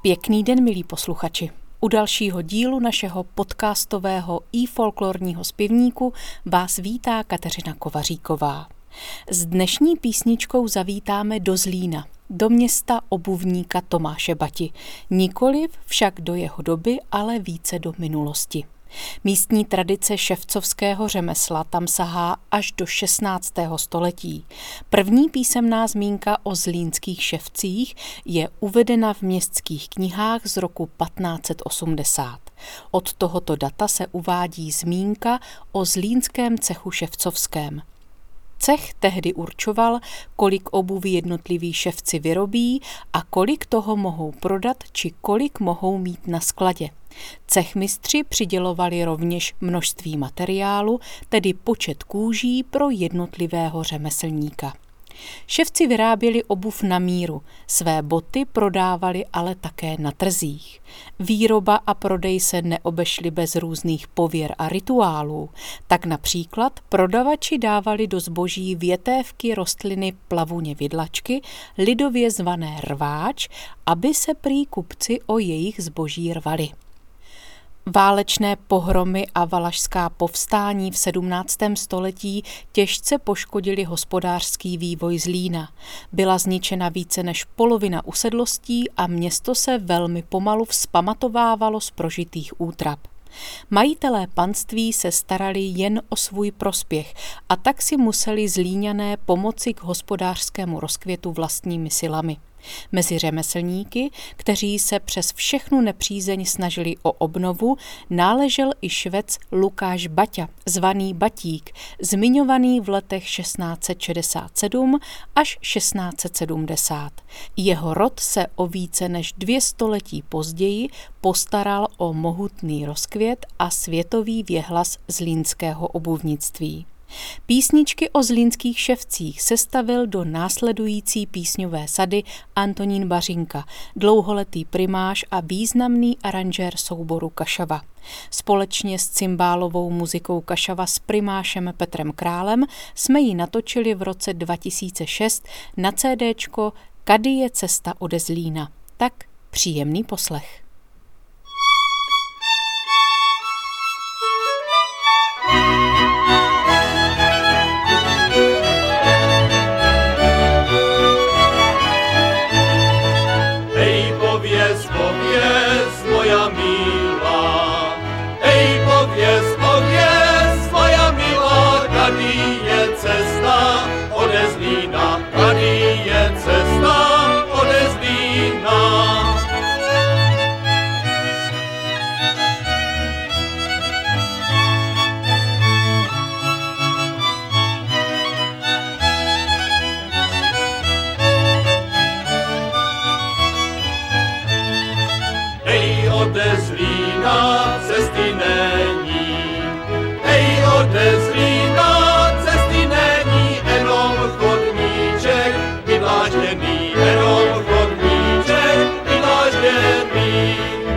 Pěkný den, milí posluchači. U dalšího dílu našeho podcastového i folklorního zpěvníku vás vítá Kateřina Kovaříková. S dnešní písničkou zavítáme do Zlína, do města obuvníka Tomáše Bati. Nikoliv však do jeho doby, ale více do minulosti. Místní tradice ševcovského řemesla tam sahá až do 16. století. První písemná zmínka o zlínských ševcích je uvedena v městských knihách z roku 1580. Od tohoto data se uvádí zmínka o zlínském cechu ševcovském. Cech tehdy určoval, kolik obuvi jednotliví ševci vyrobí a kolik toho mohou prodat či kolik mohou mít na skladě. Cechmistři přidělovali rovněž množství materiálu, tedy počet kůží pro jednotlivého řemeslníka. Ševci vyráběli obuv na míru, své boty prodávali ale také na trzích. Výroba a prodej se neobešly bez různých pověr a rituálů, tak například prodavači dávali do zboží větévky rostliny plavuně vidlačky, lidově zvané rváč, aby se prý kupci o jejich zboží rvali. Válečné pohromy a valašská povstání v 17. století těžce poškodili hospodářský vývoj Zlína. Byla zničena více než polovina usedlostí a město se velmi pomalu vzpamatovávalo z prožitých útrap. Majitelé panství se starali jen o svůj prospěch a tak si museli Zlíňané pomoci k hospodářskému rozkvětu vlastními silami. Mezi řemeslníky, kteří se přes všechnu nepřízeň snažili o obnovu, náležel i švec Lukáš Baťa, zvaný Batík, zmiňovaný v letech 1667 až 1670. Jeho rod se o více než 2 století později postaral o mohutný rozkvět a světový věhlas zlínského obuvnictví. Písničky o zlínských ševcích sestavil do následující písňové sady Antonín Bařinka, dlouholetý primář a významný aranžér souboru Kašava. Společně s cymbálovou muzikou Kašava s primášem Petrem Králem jsme ji natočili v roce 2006 na CDčko Kady je cesta ode Zlína. Tak příjemný poslech. Ode Zlína cesty není, hej, ode Zlína cesty není, jenom chodníček vydlážděný, jenom chodníček vydlážděný.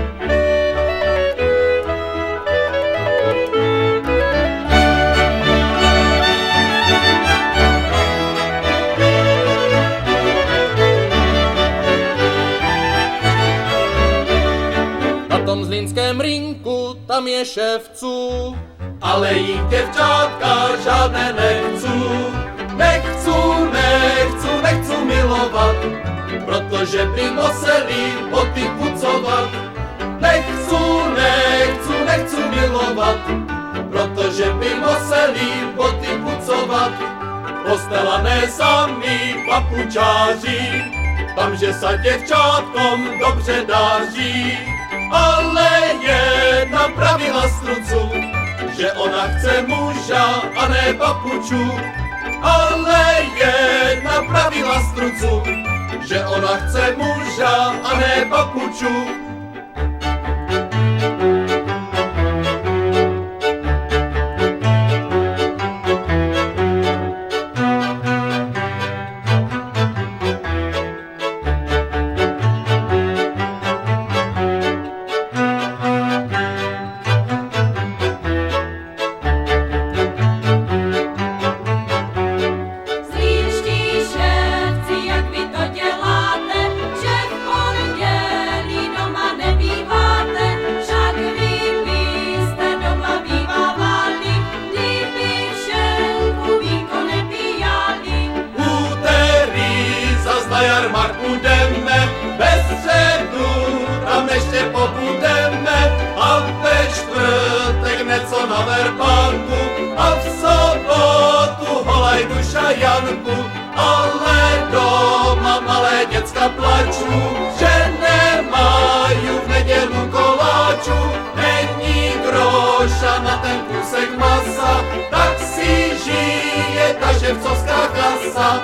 V zlínském rynku tam je ševců, ale jich děvčátka žádné nechcu milovat, protože by museli boty pucovat. Nechcu milovat, protože by museli boty pucovat. Postelané sami papučáři, tamže se děvčátkom dobře dáří. Ale jedna pravila strucu, že ona chce muža a ne papuču. Ale jedna pravila strucu, že ona chce muža a ne papuču. Zlínští ševci, jak vy to děláte, že v pondělí koza.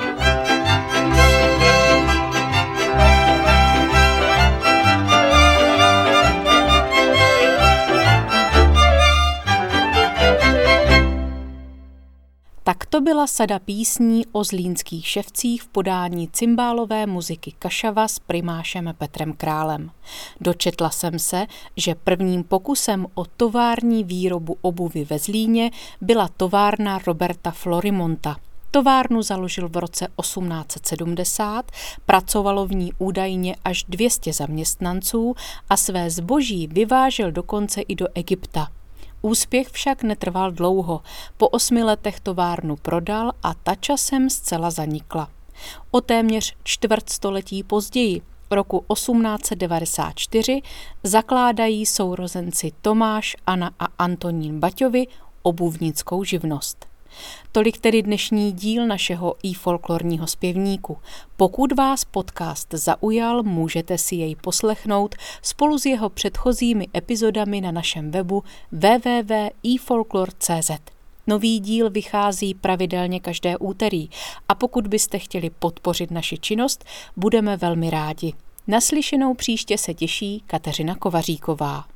Tak to byla sada písní o zlínských ševcích v podání cymbálové muziky Kašava s primášem Petrem Králem. Dočetla jsem se, že prvním pokusem o tovární výrobu obuvy ve Zlíně byla továrna Roberta Florimonta. Továrnu založil v roce 1870, pracovalo v ní údajně až 200 zaměstnanců a své zboží vyvážel dokonce i do Egypta. Úspěch však netrval dlouho. Po 8 letech továrnu prodal a ta časem zcela zanikla. O téměř čtvrtstoletí později, roku 1894, zakládají sourozenci Tomáš, Anna a Antonín Baťovi obuvnickou živnost. Tolik tedy dnešní díl našeho iFolklorního zpěvníku. Pokud vás podcast zaujal, můžete si jej poslechnout spolu s jeho předchozími epizodami na našem webu www.ifolklor.cz. Nový díl vychází pravidelně každé úterý a pokud byste chtěli podpořit naši činnost, budeme velmi rádi. Naslyšenou příště se těší Kateřina Kovaříková.